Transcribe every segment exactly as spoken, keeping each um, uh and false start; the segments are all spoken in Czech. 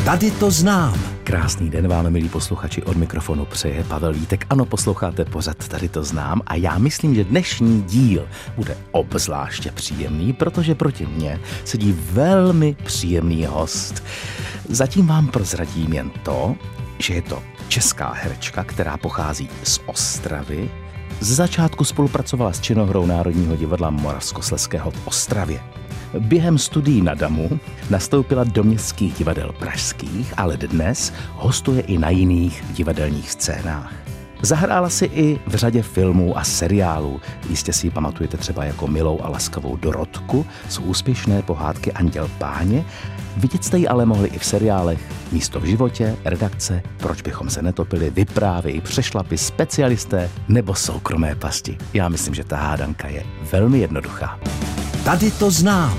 Tady to znám. Krásný den vám, milí posluchači, od mikrofonu přeje Pavel Vítek. Ano, posloucháte pořad Tady to znám a já myslím, že dnešní díl bude obzvláště příjemný, protože proti mně sedí velmi příjemný host. Zatím vám prozradím jen to, že je to česká herečka, která pochází z Ostravy. Z začátku spolupracovala s činohrou Národního divadla Moravskoslezského v Ostravě. Během studií na Damu nastoupila do městských divadel pražských, ale dnes hostuje i na jiných divadelních scénách. Zahrála si i v řadě filmů a seriálů. Jistě si ji pamatujete třeba jako milou a laskavou Dorotku z úspěšné pohádky Anděl Páně. Vidět jste ji ale mohli i v seriálech Místo v životě, Redakce, Proč bychom se netopili, Vyprávěj, Přešlapy, Specialisté nebo Soukromé pasti. Já myslím, že ta hádanka je velmi jednoduchá. Tady to znám.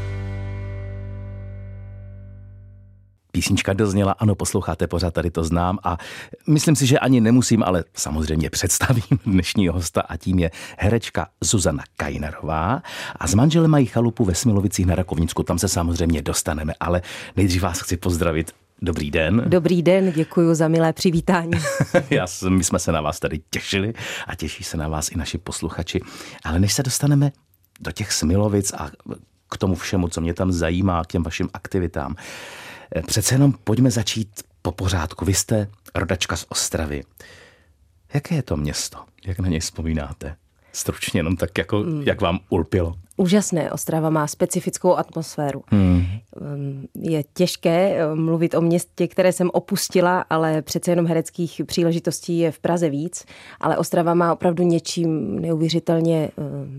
Písnička dozněla, ano, posloucháte pořád Tady to znám a myslím si, že ani nemusím, ale samozřejmě představím dnešního hosta a tím je herečka Zuzana Kajnerová a s manželem mají chalupu ve Smilovicích na Rakovnicku, tam se samozřejmě dostaneme, ale nejdřív vás chci pozdravit. Dobrý den. Dobrý den, děkuji za milé přivítání. Já, my jsme se na vás tady těšili a těší se na vás i naši posluchači, ale než se dostaneme do těch Smilovic a k tomu všemu, co mě tam zajímá, k těm vašim aktivitám, přece jenom pojďme začít po pořádku. Vy jste rodačka z Ostravy. Jaké je to město? Jak na něj vzpomínáte? Stručně jenom tak, jako, hmm. jak vám ulpilo. Úžasné. Ostrava má specifickou atmosféru. Hmm. Je těžké mluvit o městě, které jsem opustila, ale přece jenom hereckých příležitostí je v Praze víc. Ale Ostrava má opravdu něčím neuvěřitelně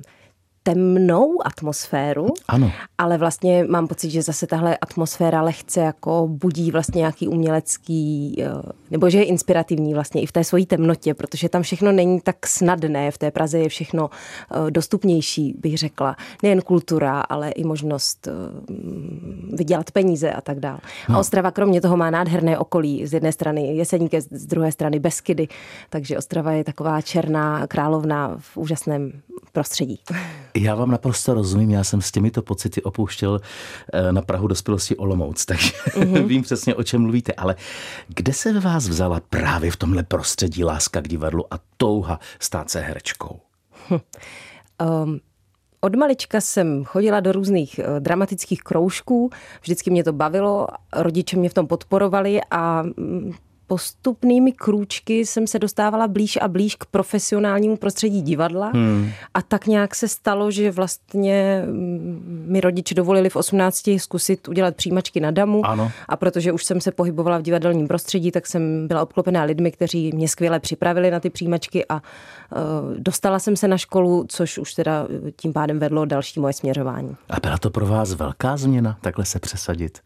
temnou atmosféru, ano. Ale vlastně mám pocit, že zase tahle atmosféra lehce jako budí vlastně nějaký umělecký, nebo že je inspirativní vlastně i v té svojí temnotě, protože tam všechno není tak snadné, v té Praze je všechno dostupnější, bych řekla. Nejen kultura, ale i možnost vydělat peníze a tak dále. No. A Ostrava kromě toho má nádherné okolí, z jedné strany Jeseníky, z druhé strany Beskydy, takže Ostrava je taková černá královna v úžasném prostředí. Já vám naprosto rozumím, já jsem s těmito pocity opouštěl na prahu dospělosti Olomouc, takže mm-hmm. vím přesně, o čem mluvíte, ale kde se ve vás vzala právě v tomhle prostředí láska k divadlu a touha stát se herečkou? Hm. Um. Od malička jsem chodila do různých dramatických kroužků, vždycky mě to bavilo, rodiče mě v tom podporovali a postupnými krůčky jsem se dostávala blíž a blíž k profesionálnímu prostředí divadla hmm. a tak nějak se stalo, že vlastně mi rodiče dovolili v osmnácti zkusit udělat přijímačky na Damu. Ano. A protože už jsem se pohybovala v divadelním prostředí, tak jsem byla obklopená lidmi, kteří mě skvěle připravili na ty přijímačky a uh, dostala jsem se na školu, což už teda tím pádem vedlo další moje směřování. A byla to pro vás velká změna, takhle se přesadit?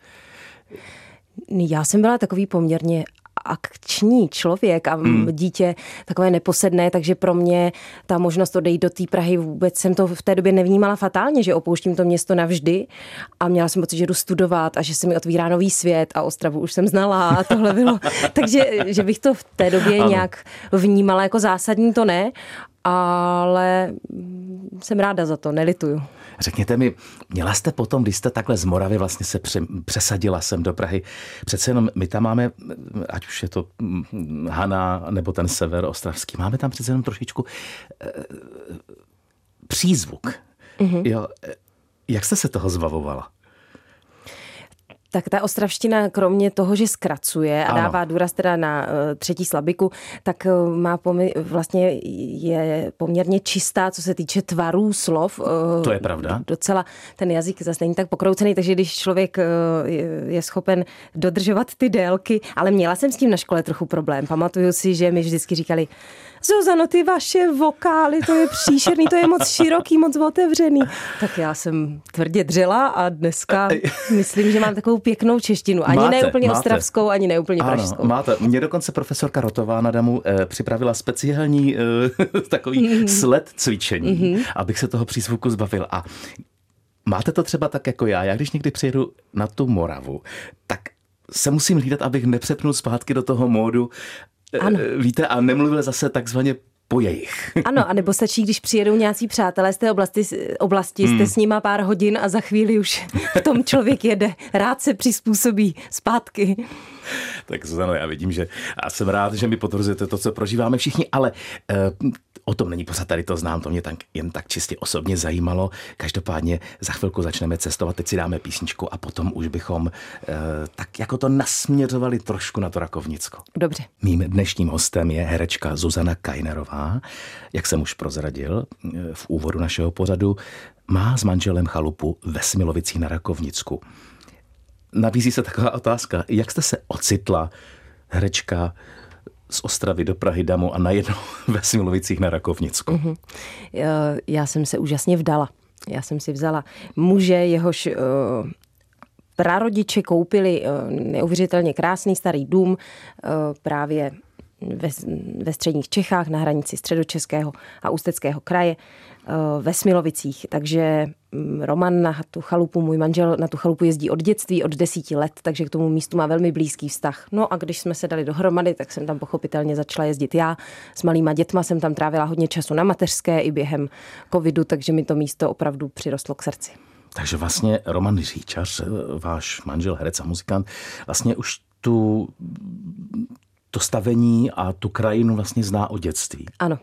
Já jsem byla takový poměrně akční člověk a mm. dítě takové neposedné, takže pro mě ta možnost odejít do té Prahy, vůbec jsem to v té době nevnímala fatálně, že opouštím to město navždy a měla jsem pocit, že jdu studovat a že se mi otvírá nový svět a Ostravu už jsem znala a tohle bylo. Takže že bych to v té době ano. nějak vnímala jako zásadní, to ne, ale jsem ráda za to, nelituju. Řekněte mi, měla jste potom, když jste takhle z Moravy vlastně se přesadila sem do Prahy, přece jenom my tam máme, ať už je to Hana nebo ten sever ostravský, máme tam přece jenom trošičku eh, přízvuk. Mm-hmm. Jo, jak jste se toho zbavovala? Tak ta ostravština, kromě toho, že zkracuje a ano. dává důraz teda na uh, třetí slabiku, tak uh, má pomy- vlastně je poměrně čistá, co se týče tvarů slov. Uh, to je pravda. Docela ten jazyk zase není tak pokroucený, takže když člověk uh, je, je schopen dodržovat ty délky, ale měla jsem s tím na škole trochu problém. Pamatuju si, že mi vždycky říkali: Zuzano, ty vaše vokály, to je příšerný, to je moc široký, moc otevřený. Tak já jsem tvrdě dřela a dneska myslím, že mám takovou pěknou češtinu. Ani máte, ne úplně máte. ostravskou, ani ne úplně ano, pražskou. Máte. Mě dokonce profesorka Rotová na Damu eh, připravila speciální eh, takový mm-hmm. sled cvičení, mm-hmm. abych se toho přízvuku zbavil. A máte to třeba tak jako já. Já když někdy přijedu na tu Moravu, tak se musím hlídat, abych nepřepnul zpátky do toho módu. Ano. Víte, a nemluvil zase takzvaně po jejich. Ano, anebo stačí, když přijedou nějací přátelé z té oblasti, oblasti hmm. jste s nima pár hodin a za chvíli už v tom člověk jede. Rád se přizpůsobí zpátky. Tak Zuzano, já vidím, že a jsem rád, že mi potvrzujete to, co prožíváme všichni, ale eh, o tom není pořád, tady to znám, to mě tak, jen tak čistě osobně zajímalo. Každopádně za chvilku začneme cestovat, teď si dáme písničku a potom už bychom eh, tak jako to nasměřovali trošku na to Rakovnicko. Dobře. Mým dnešním hostem je herečka Zuzana Kajnerová. Jak jsem už prozradil v úvodu našeho pořadu, má s manželem chalupu ve Smilovicích na Rakovnicku. Nabízí se taková otázka, jak jste se ocitla, herečka z Ostravy do Prahy damu a najednou ve Smilovicích na Rakovnicku? Mm-hmm. Já jsem se úžasně vdala. Já jsem si vzala muže, jehož uh, prarodiče koupili uh, neuvěřitelně krásný starý dům uh, právě ve, ve středních Čechách na hranici Středočeského a Ústeckého kraje ve Smilovicích. Takže Roman na tu chalupu, můj manžel na tu chalupu jezdí od dětství, od desíti let, takže k tomu místu má velmi blízký vztah. No a když jsme se dali dohromady, tak jsem tam pochopitelně začala jezdit já. S malýma dětma jsem tam trávila hodně času na mateřské i během covidu, takže mi to místo opravdu přirostlo k srdci. Takže vlastně Roman Říčař, váš manžel, herec a muzikant, vlastně už tu to stavení a tu krajinu vlastně zná od dětství. Ano.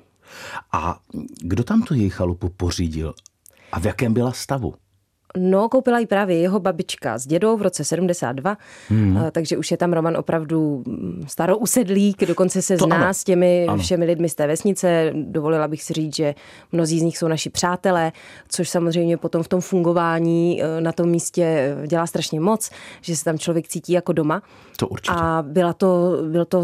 A kdo tam tu její chalupu pořídil a v jakém byla stavu? No, koupila ji právě jeho babička s dědou v roce sedmdesát dva, hmm. takže už je tam Roman opravdu starousedlík, dokonce se to zná ano. s těmi ano. všemi lidmi z té vesnice. Dovolila bych si říct, že mnozí z nich jsou naši přátelé, což samozřejmě potom v tom fungování na tom místě dělá strašně moc, že se tam člověk cítí jako doma. To určitě. A byla to, byl to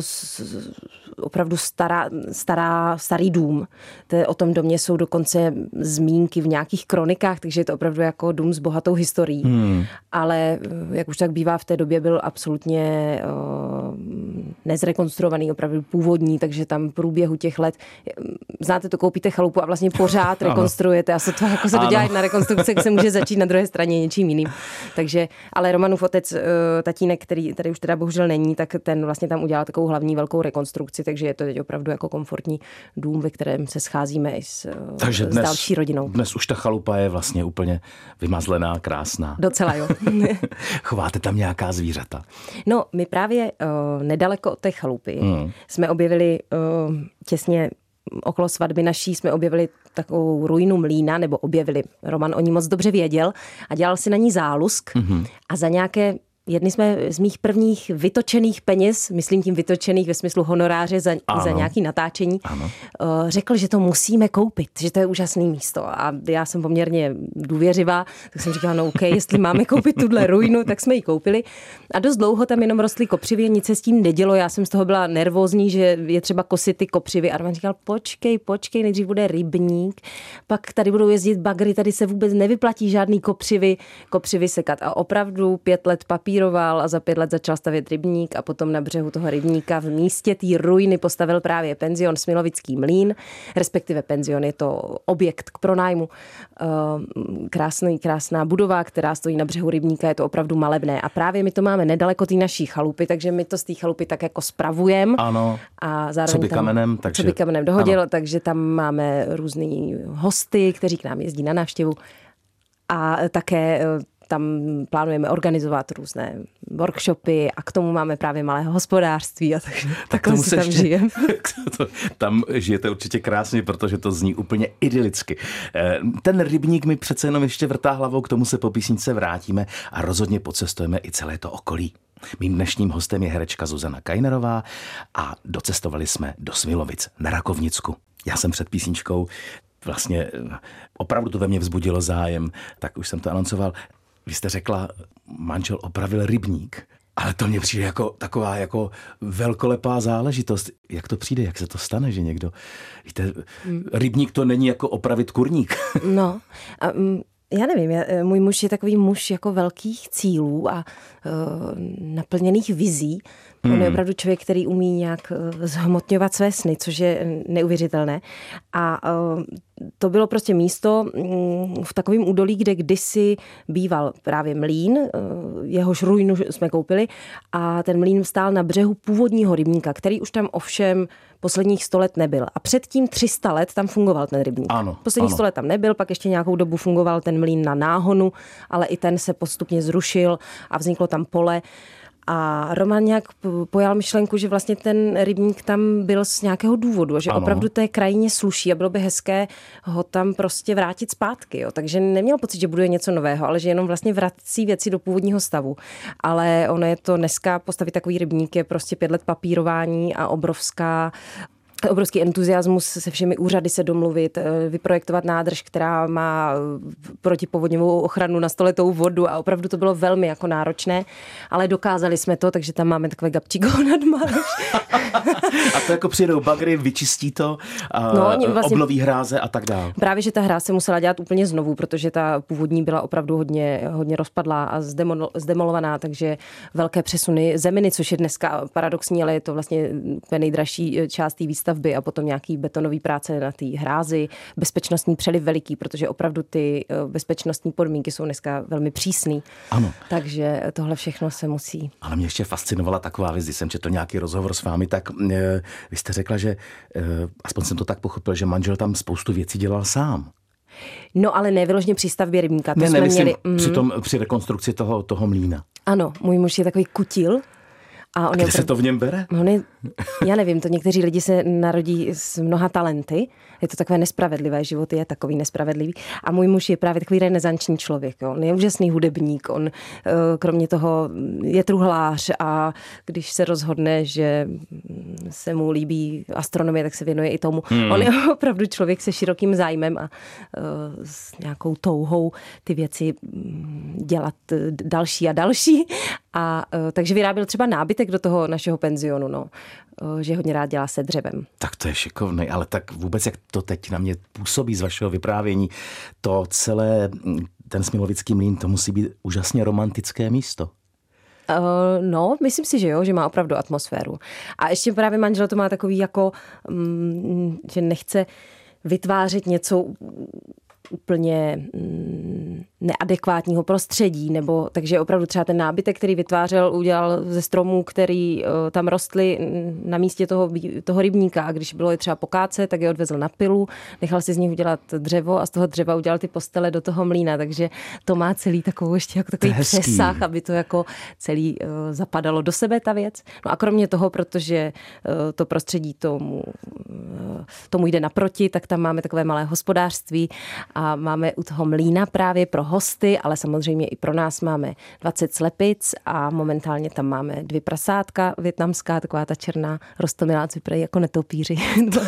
opravdu stará, stará, starý dům. Te, o tom domě jsou dokonce zmínky v nějakých kronikách, takže je to opravdu jako dům s bohatou historií. Hmm. Ale jak už tak bývá, v té době byl absolutně uh, nezrekonstruovaný, opravdu původní, takže tam v průběhu těch let, znáte to, koupíte chalupu a vlastně pořád rekonstruujete a to jako se to dělá na rekonstrukce, se může začít na druhé straně něčím jiným. Takže, ale Romanův otec, uh, tatínek, který tady už teda bohužel není, tak ten vlastně tam udělal takovou hlavní velkou rekonstrukci, takže je to teď opravdu jako komfortní dům, ve kterém se scházíme i s, takže dnes, s další rodinou. Dnes už ta chalupa je vlastně úplně vymazlená, krásná. Docela jo. Chováte tam nějaká zvířata? No, my právě uh, nedaleko od té chalupy hmm. jsme objevili uh, těsně okolo svatby naší jsme objevili takovou ruinu mlýna, nebo objevili. Roman o ní moc dobře věděl a dělal si na ní zálusk mm-hmm. a za nějaké jedny jsme z mých prvních vytočených peněz, myslím tím vytočených ve smyslu honoráře za, za nějaké natáčení, ano. řekl, že to musíme koupit, že to je úžasné místo. A já jsem poměrně důvěřivá, tak jsem říkala, no OK, jestli máme koupit tuhle ruinu, tak jsme ji koupili. A dost dlouho tam jenom rostly kopřivy, nic se s tím nedělo. Já jsem z toho byla nervózní, že je třeba kosit ty kopřivy. A Roman říkal, počkej, počkej, nejdřív bude rybník, pak tady budou jezdit bagry, tady se vůbec nevyplatí žádný kopřivy, kopřivy sekat. A opravdu pět let papír a za pět let začal stavět rybník a potom na břehu toho rybníka v místě té ruiny postavil právě penzion Smilovický mlýn, respektive penzion je to objekt k pronájmu. Krásný, krásná budova, která stojí na břehu rybníka, je to opravdu malebné a právě my to máme nedaleko té naší chalupy, takže my to z té chalupy tak jako spravujeme. Ano, a zároveň co by tam, kamenem, takže... co by kamenem dohodil, ano. Takže tam máme různý hosty, kteří k nám jezdí na návštěvu a také tam plánujeme organizovat různé workshopy a k tomu máme právě malého hospodářství a tak, tak takhle si tam ještě, žijeme. Tam žijete určitě krásně, protože to zní úplně idylicky. Ten rybník mi přece jenom ještě vrtá hlavou, k tomu se po písničce vrátíme a rozhodně pocestujeme i celé to okolí. Mým dnešním hostem je herečka Zuzana Kajnerová a docestovali jsme do Smilovic na Rakovnicku. Já jsem před písničkou vlastně opravdu to ve mně vzbudilo zájem, tak už jsem to anoncoval. Vy jste řekla, manžel opravil rybník, ale to mně přijde jako taková jako velkolepá záležitost. Jak to přijde, jak se to stane, že někdo... Víte, rybník to není jako opravit kurník. No, a, já nevím, já, můj muž je takový muž jako velkých cílů a uh, naplněných vizí, Hmm. On je opravdu člověk, který umí nějak zhmotňovat své sny, což je neuvěřitelné. A to bylo prostě místo v takovém údolí, kde kdysi býval právě mlýn, jehož ruinu jsme koupili a ten mlýn stál na břehu původního rybníka, který už tam ovšem posledních sto let nebyl. A předtím tři sta let tam fungoval ten rybník. Ano, posledních ano. sto let tam nebyl, pak ještě nějakou dobu fungoval ten mlýn na Náhonu, ale i ten se postupně zrušil a vzniklo tam pole. A Roman nějak pojal myšlenku, že vlastně ten rybník tam byl z nějakého důvodu, že ano. opravdu té krajině sluší a bylo by hezké ho tam prostě vrátit zpátky. Jo. Takže neměl pocit, že buduje něco nového, ale že jenom vlastně vrací věci do původního stavu. Ale ono je to dneska postavit takový rybník je prostě pět let papírování a obrovská obrovský entuziasmus se všemi úřady se domluvit, vyprojektovat nádrž, která má protipovodňovou ochranu na stoletou vodu a opravdu to bylo velmi jako náročné, ale dokázali jsme to, takže tam máme takové gabčíko nadmáš. A to jako přijedou bagry, vyčistí to, no, vlastně obloví hráze a tak dále. Právě, že ta hráz se musela dělat úplně znovu, protože ta původní byla opravdu hodně, hodně rozpadlá a zdemol, zdemolovaná, takže velké přesuny zeminy, což je dneska paradoxní, ale je to vlastně nejdražší část té výstavby a potom nějaký betonový práce na té hrázi, bezpečnostní přeliv veliký, protože opravdu ty bezpečnostní podmínky jsou dneska velmi přísný. Ano. Takže tohle všechno se musí. Ale mě ještě fascinovala taková věc, když jsem četl nějaký rozhovor s vámi, tak e, vy jste řekla, že e, aspoň jsem to tak pochopil, že manžel tam spoustu věcí dělal sám. No ale ne vyloženě při stavbě rybníka. To ne, jsme nemyslím měli, mm, při, tom, při rekonstrukci toho, toho mlýna. Ano, můj muž je takový kutil. A, on a kde je se to v něm bere? On je, já nevím, to někteří lidi se narodí s mnoha talenty. Je to takové nespravedlivé, život je takový nespravedlivý. A můj muž je právě takový renesanční člověk. Jo. On je úžasný hudebník, on kromě toho je truhlář a když se rozhodne, že se mu líbí astronomie, tak se věnuje i tomu. Hmm. On je opravdu člověk se širokým zájmem a uh, s nějakou touhou ty věci dělat další a další. A uh, takže vyráběl třeba nábytek do toho našeho penzionu, no, uh, že hodně rád dělá se dřevem. Tak to je šikovný, ale tak vůbec jak to teď na mě působí z vašeho vyprávění, to celé, ten Smilovický mlýn, to musí být úžasně romantické místo. Uh, no, myslím si, že jo, že má opravdu atmosféru. A ještě právě manžel to má takový jako, um, že nechce vytvářet něco úplně mm, neadekvátního prostředí, nebo takže opravdu třeba ten nábytek, který vytvářel, udělal ze stromů, který uh, tam rostly na místě toho, toho rybníka a když bylo je třeba pokáce, tak je odvezl na pilu, nechal si z nich udělat dřevo a z toho dřeva udělal ty postele do toho mlýna, takže to má celý takovou ještě jako takový přesah, aby to jako celý uh, zapadalo do sebe ta věc. No a kromě toho, protože uh, to prostředí tomu, uh, tomu jde naproti, tak tam máme takové malé hospodářství a máme u toho mlýna právě pro hosty, ale samozřejmě i pro nás máme dvacet slepic a momentálně tam máme dvě prasátka vietnamská, taková ta černá roztomilá, co vypadají jako netopíři.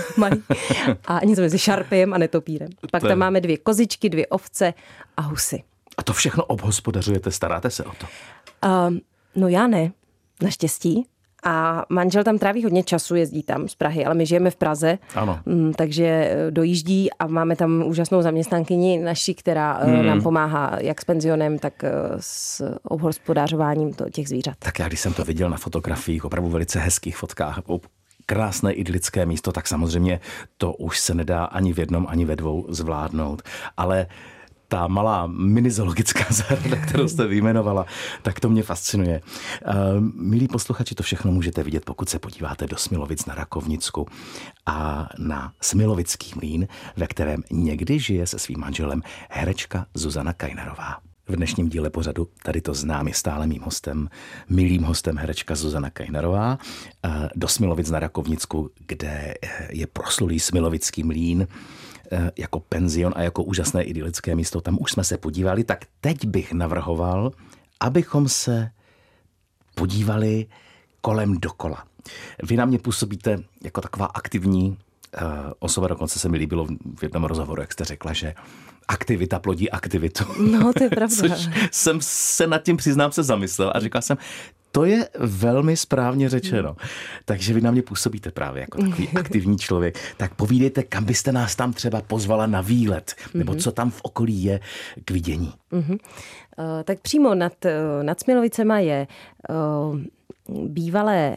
A něco mezi šarpiem a netopírem. Pak tam máme dvě kozičky, dvě ovce a husy. A to všechno obhospodařujete, staráte se o to? Uh, no já ne, naštěstí. A manžel tam tráví hodně času, jezdí tam z Prahy, ale my žijeme v Praze, ano. Takže dojíždí a máme tam úžasnou zaměstnankyni naši, která hmm. nám pomáhá jak s penzionem, tak s obhospodářováním těch zvířat. Tak já, když jsem to viděl na fotografiích, opravdu velice hezkých fotkách, krásné idylické místo, tak samozřejmě to už se nedá ani v jednom, ani ve dvou zvládnout. Ale ta malá minizoologická zahrada, kterou jste vyjmenovala, tak to mě fascinuje. Milí posluchači, to všechno můžete vidět, pokud se podíváte do Smilovic na Rakovnicku a na Smilovický mlýn, ve kterém někdy žije se svým manželem herečka Zuzana Kajnarová. V dnešním díle pořadu Tady to znám je stále mým hostem, milým hostem herečka Zuzana Kajnarová do Smilovic na Rakovnicku, kde je proslulý Smilovický mlýn jako penzion a jako úžasné idylické místo. Tam už jsme se podívali, tak teď bych navrhoval, abychom se podívali kolem dokola. Vy na mě působíte jako taková aktivní uh, osoba, dokonce se mi líbilo v jednom rozhovoru, jak jste řekla, že aktivita plodí aktivitu. No, to je pravda. Což jsem se nad tím, přiznám se, zamyslel a říkal jsem, to je velmi správně řečeno. Takže vy na mě působíte právě jako takový aktivní člověk. Tak povídejte, kam byste nás tam třeba pozvala na výlet, nebo co tam v okolí je k vidění. Mm-hmm. Uh, tak přímo nad, nad Smilovicema je uh, bývalé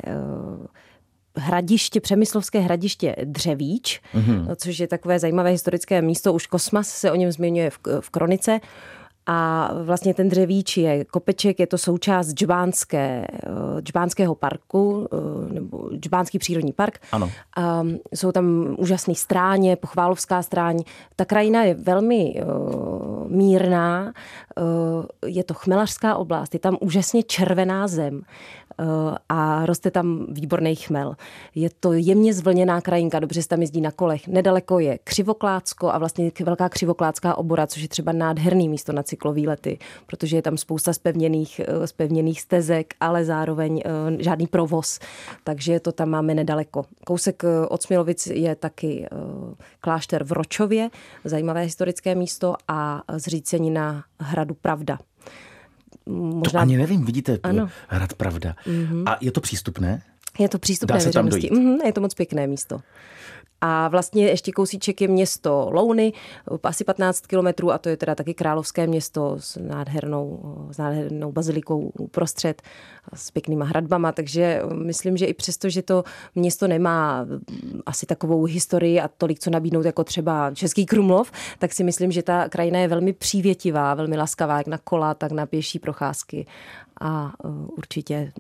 hradiště, přemyslovské hradiště Dřevíč, mm-hmm. což je takové zajímavé historické místo, už Kosmas se o něm zmiňuje v, v kronice. A vlastně ten Dřevíč je kopeček, je to součást Džbánské, Džbánského parku, nebo Džbánský přírodní park. Ano. A jsou tam úžasné stráně, Pochválovská stráň. Ta krajina je velmi uh, mírná, uh, je to chmelařská oblast, je tam úžasně červená zem uh, a roste tam výborný chmel. Je to jemně zvlněná krajinka, dobře se tam jezdí na kolech. Nedaleko je Křivoklácko a vlastně velká Křivoklácká obora, což je třeba nádherný místo na cyklový lety, protože je tam spousta spevněných, spevněných stezek, ale zároveň uh, žádný provoz, takže to tam máme nedaleko. Kousek od Smilovic je taky uh, klášter v Ročově, zajímavé historické místo a zřícenina hradu Pravda. Možná... To ani nevím, vidíte, ano. Hrad Pravda. Mm-hmm. A je to přístupné? Je to přístupné veřejnosti. Mm-hmm, je to moc pěkné místo. A vlastně ještě kousíček je město Louny, asi patnáct kilometrů, a to je teda taky královské město s nádhernou, s nádhernou bazilikou uprostřed, s pěknýma hradbama, takže myslím, že i přesto, že to město nemá asi takovou historii a tolik, co nabídnout jako třeba Český Krumlov, tak si myslím, že ta krajina je velmi přívětivá, velmi laskavá, jak na kola, tak na pěší procházky a určitě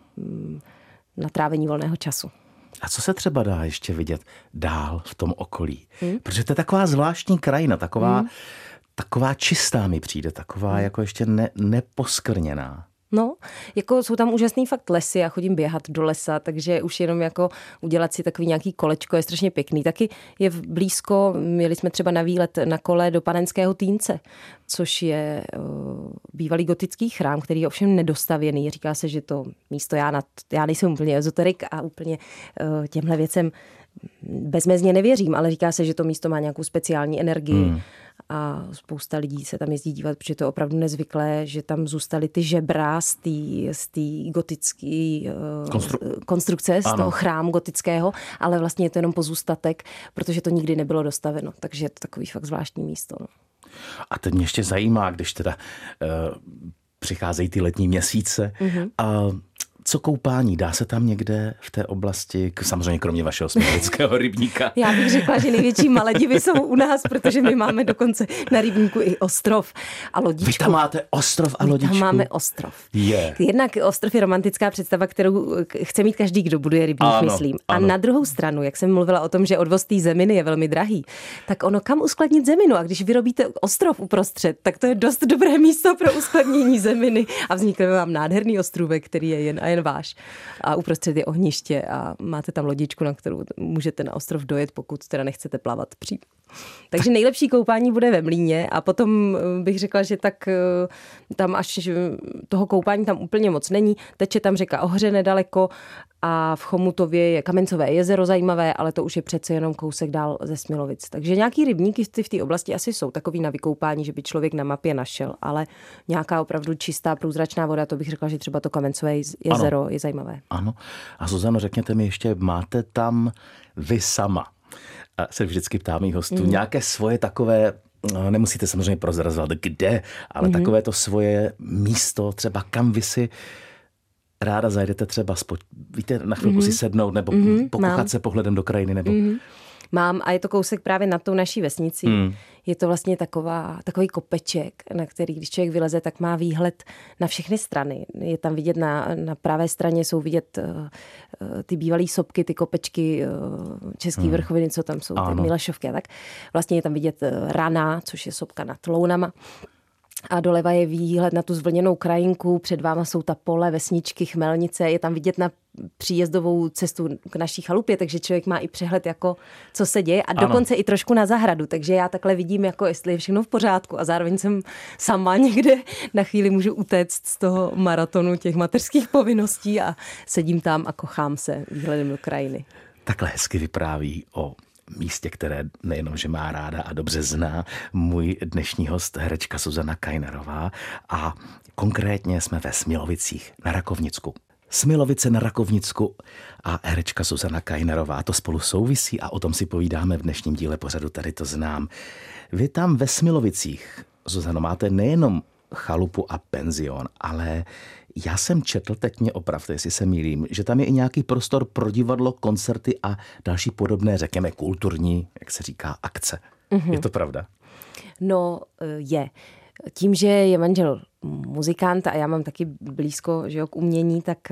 na trávení volného času. A co se třeba dá ještě vidět dál v tom okolí? Hmm? Protože to je taková zvláštní krajina, taková, hmm. taková čistá mi přijde, taková hmm. jako ještě ne, neposkrněná. No, jako jsou tam úžasný fakt lesy, já chodím běhat do lesa, takže už jenom jako udělat si takový nějaký kolečko je strašně pěkný. Taky je v blízko, měli jsme třeba na výlet na kole do Panenského Týnce, což je uh, bývalý gotický chrám, který je ovšem nedostavěný. Říká se, že to místo, já, na, já nejsem úplně ezoterik a úplně uh, těmhle věcem bezmezně nevěřím, ale říká se, že to místo má nějakou speciální energii hmm. a spousta lidí se tam jezdí dívat, protože to je opravdu nezvyklé, že tam zůstaly ty žebra z té z té gotické Konstru- konstrukce, z ano. toho chrámu gotického, ale vlastně je to jenom pozůstatek, protože to nikdy nebylo dostaveno, takže je to takový fakt zvláštní místo. No. A teď mě ještě zajímá, když teda uh, přicházejí ty letní měsíce mm-hmm. a co koupání? Dá se tam někde v té oblasti, samozřejmě kromě vašeho Smilovického rybníka? Já bych řekla, že největší Maledivy jsou u nás, protože my máme dokonce na rybníku i ostrov a lodičku. Vy tam máte ostrov a lodičku? My tam máme ostrov. Yeah. Jednak ostrov je romantická představa, kterou chce mít každý, kdo buduje rybník, ano, myslím. A ano. Na druhou stranu, jak jsem mluvila o tom, že odvoz té zeminy je velmi drahý, tak ono kam uskladnit zeminu? A když vyrobíte ostrov uprostřed, tak to je dost dobré místo pro uskladnění zeminy. A vznikne vám nádherný ostrůvek, který je jen a jen váš. A uprostřed je ohniště a máte tam lodičku, na kterou můžete na ostrov dojet, pokud teda nechcete plavat přímo. Takže nejlepší koupání bude ve mlýně a potom bych řekla, že tak tam až toho koupání tam úplně moc není. Teče tam řeka Ohře nedaleko a v Chomutově je Kamencové jezero zajímavé, ale to už je přece jenom kousek dál ze Smilovic. Takže nějaký rybníky v té oblasti asi jsou takový na vykoupání, že by člověk na mapě našel, ale nějaká opravdu čistá průzračná voda, to bych řekla, že třeba to Kamencové jezero ano. je zajímavé. Ano. A Zuzano, řekněte mi ještě, máte tam vy sama, a se vždycky ptám mých hostů, mm. nějaké svoje takové, no, nemusíte samozřejmě prozrazovat kde, ale mm. takové to svoje místo, třeba kam vy si ráda zajdete třeba, spo, víte, na chvilku mm. si sednout nebo mm. pokochat Mám. se pohledem do krajiny nebo... Mm. Mám a je to kousek právě nad tou naší vesnicí. Mm. Je to vlastně taková, takový kopeček, na který, když člověk vyleze, tak má výhled na všechny strany. Je tam vidět na, na pravé straně, jsou vidět uh, ty bývalé sopky, ty kopečky, uh, Český mm. vrchoviny, co tam jsou, ano. ty Milešovky a tak. Vlastně je tam vidět uh, Rana, což je sopka nad Lounama. A doleva je výhled na tu zvlněnou krajinku, před váma jsou ta pole, vesničky, chmelnice, je tam vidět na příjezdovou cestu k naší chalupě, takže člověk má i přehled, jako co se děje a ano. dokonce i trošku na zahradu, takže já takhle vidím, jako jestli je všechno v pořádku a zároveň jsem sama někde na chvíli můžu utéct z toho maratonu těch mateřských povinností a sedím tam a kochám se výhledem do krajiny. Takhle hezky vypráví o místě, které nejenom, že má ráda a dobře zná můj dnešní host, herečka Zuzana Kajnerová, a konkrétně jsme ve Smilovicích na Rakovnicku. Smilovice na Rakovnicku a herečka Zuzana Kajnerová, to spolu souvisí a o tom si povídáme v dnešním díle pořadu Tady to znám. Vy tam ve Smilovicích, Zuzano, máte nejenom chalupu a penzion, ale Já jsem četl, teď mě opravte, jestli se mýlím, že tam je i nějaký prostor pro divadlo, koncerty a další podobné, řekněme, kulturní, jak se říká, akce. Mm-hmm. Je to pravda? No, je. Tím, že je manžel muzikant a já mám taky blízko, že jo, k umění, tak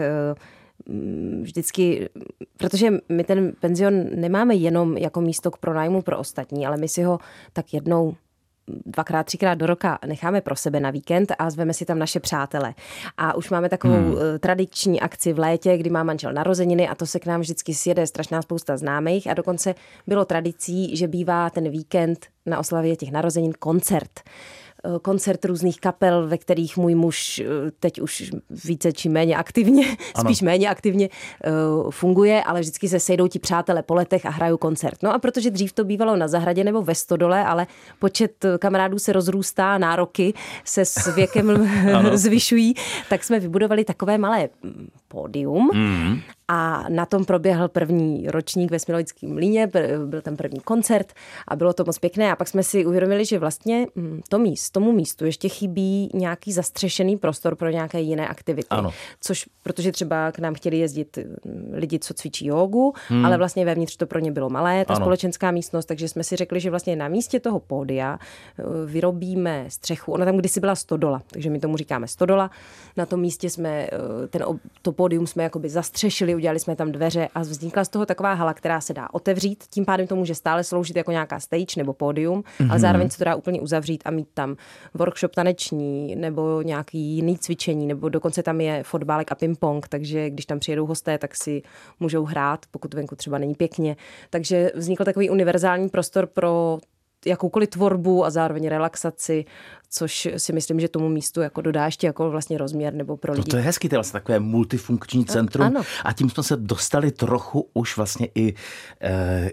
vždycky, protože my ten penzion nemáme jenom jako místo k pronájmu pro ostatní, ale my si ho tak jednou dvakrát, třikrát do roka necháme pro sebe na víkend a zveme si tam naše přátele. A už máme takovou hmm. tradiční akci v létě, kdy má manžel narozeniny a to se k nám vždycky sjede strašná spousta známých a dokonce bylo tradicí, že bývá ten víkend na oslavě těch narozenin koncert. Koncert různých kapel, ve kterých můj muž teď už více či méně aktivně, ano. spíš méně aktivně uh, funguje, ale vždycky se sejdou ti přátelé po letech a hrajou koncert. No a protože dřív to bývalo na zahradě nebo ve stodole, ale počet kamarádů se rozrůstá, nároky se s věkem zvyšují, tak jsme vybudovali takové malé pódium mm. a na tom proběhl první ročník ve Smilovickém mlýně, byl tam první koncert a bylo to moc pěkné a pak jsme si uvědomili, že vlastně to míst, tomu místu ještě chybí nějaký zastřešený prostor pro nějaké jiné aktivity. Ano. Což, protože třeba k nám chtěli jezdit lidi, co cvičí jógu, hmm. ale vlastně vevnitř to pro ně bylo malé, ta ano. společenská místnost, takže jsme si řekli, že vlastně na místě toho pódia vyrobíme střechu. Ona tam kdysi byla stodola, takže my tomu říkáme stodola. Na tom místě jsme ten, to pódium jsme jakoby zastřešili, udělali jsme tam dveře a vznikla z toho taková hala, která se dá otevřít, tím pádem to může stále sloužit jako nějaká stage nebo pódium, mm-hmm. ale zároveň se to dá úplně uzavřít a mít tam workshop taneční nebo nějaký jiný cvičení, nebo dokonce tam je fotbálek a ping-pong, takže když tam přijedou hosté, tak si můžou hrát, pokud venku třeba není pěkně. Takže vznikl takový univerzální prostor pro jakoukoliv tvorbu a zároveň relaxaci, což si myslím, že tomu místu jako dodá ještě jako vlastně rozměr nebo pro lidi. No to je hezký, to je vlastně takové multifunkční centrum. Ano. A tím jsme se dostali trochu už vlastně i eh,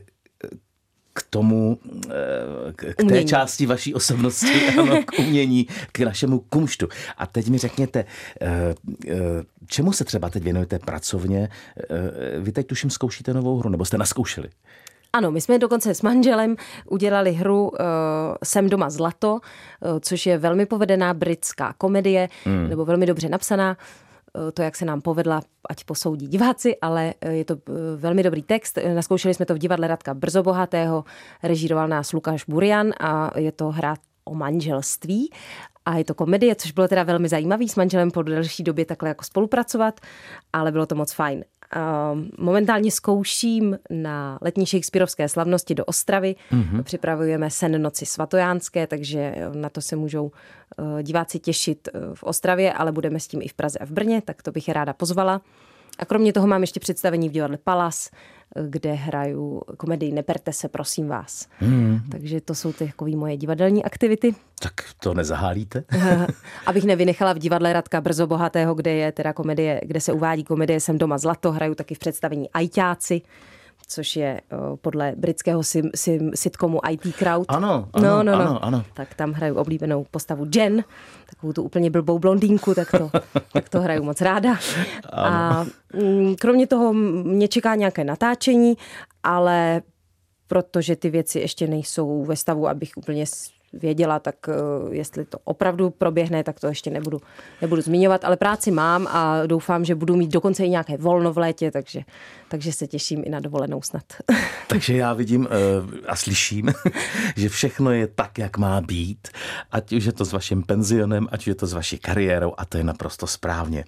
k tomu, eh, k té umění. části vaší osobnosti, ano, k umění, k našemu kumštu. A teď mi řekněte, eh, eh, čemu se třeba teď věnujete pracovně? Eh, vy teď tuším zkoušíte novou hru, nebo jste naskoušeli? Ano, my jsme dokonce s manželem udělali hru uh, Jsem doma zlato, uh, což je velmi povedená britská komedie, mm. nebo velmi dobře napsaná. Uh, to, jak se nám povedla, ať posoudí diváci, ale uh, je to uh, velmi dobrý text. Naskoušeli jsme to v divadle Radka Brzobohatého, režíroval nás Lukáš Burian a je to hra o manželství. A je to komedie, což bylo teda velmi zajímavý s manželem po delší době takhle jako spolupracovat, ale bylo to moc fajn. Momentálně zkouším na letní shakespearovské slavnosti do Ostravy. Mm-hmm. Připravujeme Sen noci svatojánské, takže na to se můžou diváci těšit v Ostravě, ale budeme s tím i v Praze a v Brně, tak to bych je ráda pozvala. A kromě toho mám ještě představení v divadle Palas, kde hraju komedii Neperte se, prosím vás. Hmm. Takže to jsou ty takové moje divadelní aktivity. Tak to nezahálíte? Abych nevynechala v divadle Radka Brzobohatého, kde je teda komedie, kde se uvádí komedie Jsem doma zlato, hraju taky v představení Ajťáci, což je o, podle britského sim, sim, sitcomu I T Crowd. Ano, ano, no, no, no. ano, ano. Tak tam hraju oblíbenou postavu Jen, takovou tu úplně blbou blondýnku, tak to, tak to hraju moc ráda. Ano. A m, kromě toho mě čeká nějaké natáčení, ale protože ty věci ještě nejsou ve stavu, abych úplně věděla, tak jestli to opravdu proběhne, tak to ještě nebudu, nebudu zmiňovat, ale práci mám a doufám, že budu mít dokonce i nějaké volno v létě, takže, takže se těším i na dovolenou snad. Takže já vidím a slyším, že všechno je tak, jak má být, ať už je to s vaším penzionem, ať už je to s vaší kariérou a to je naprosto správně.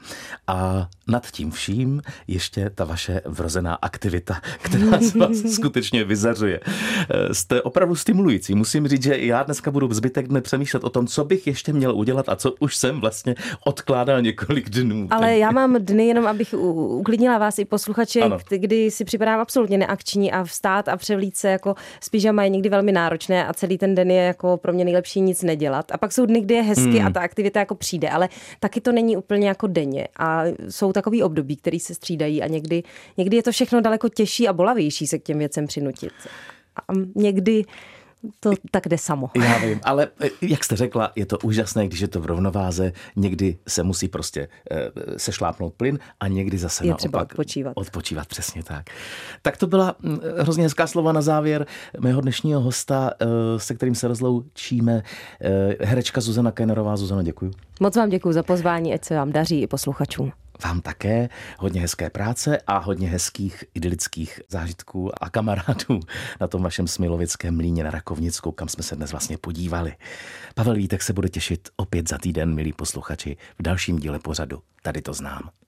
A nad tím vším ještě ta vaše vrozená aktivita, která z vás skutečně vyzařuje. Jste opravdu stimulující. Musím říct, že já dneska budu zbytek dne přemýšlet o tom, co bych ještě měl udělat a co už jsem vlastně odkládal několik dnů. Ale já mám dny jenom, abych uklidnila vás i posluchače, ano. kdy si připadám absolutně neakční a vstát a převlít se jako s pyžama je někdy velmi náročné a celý ten den je jako pro mě nejlepší nic nedělat. A pak jsou dny, kdy je hezky hmm. a ta aktivita jako přijde, ale taky to není úplně jako denně. A jsou takový období, který se střídají a někdy, někdy je to všechno daleko těžší a bolavější se k těm věcem přinutit. A někdy to tak jde samo. Já vím, ale jak jste řekla, je to úžasné, když je to v rovnováze. Někdy se musí prostě se šlápnout plyn a někdy zase je naopak třeba odpočívat. Odpočívat, přesně tak. Tak to byla hrozně hezká slova na závěr mého dnešního hosta, se kterým se rozloučíme. Herečka Zuzana Kénerová. Zuzano, děkuji. Moc vám děkuji za pozvání, ať se vám daří i posluchačům. Vám také hodně hezké práce a hodně hezkých idylických zážitků a kamarádů na tom vašem Smilovickém mlýně na Rakovnicku, kam jsme se dnes vlastně podívali. Pavel Vítek se bude těšit opět za týden, milí posluchači, v dalším díle pořadu Tady to znám.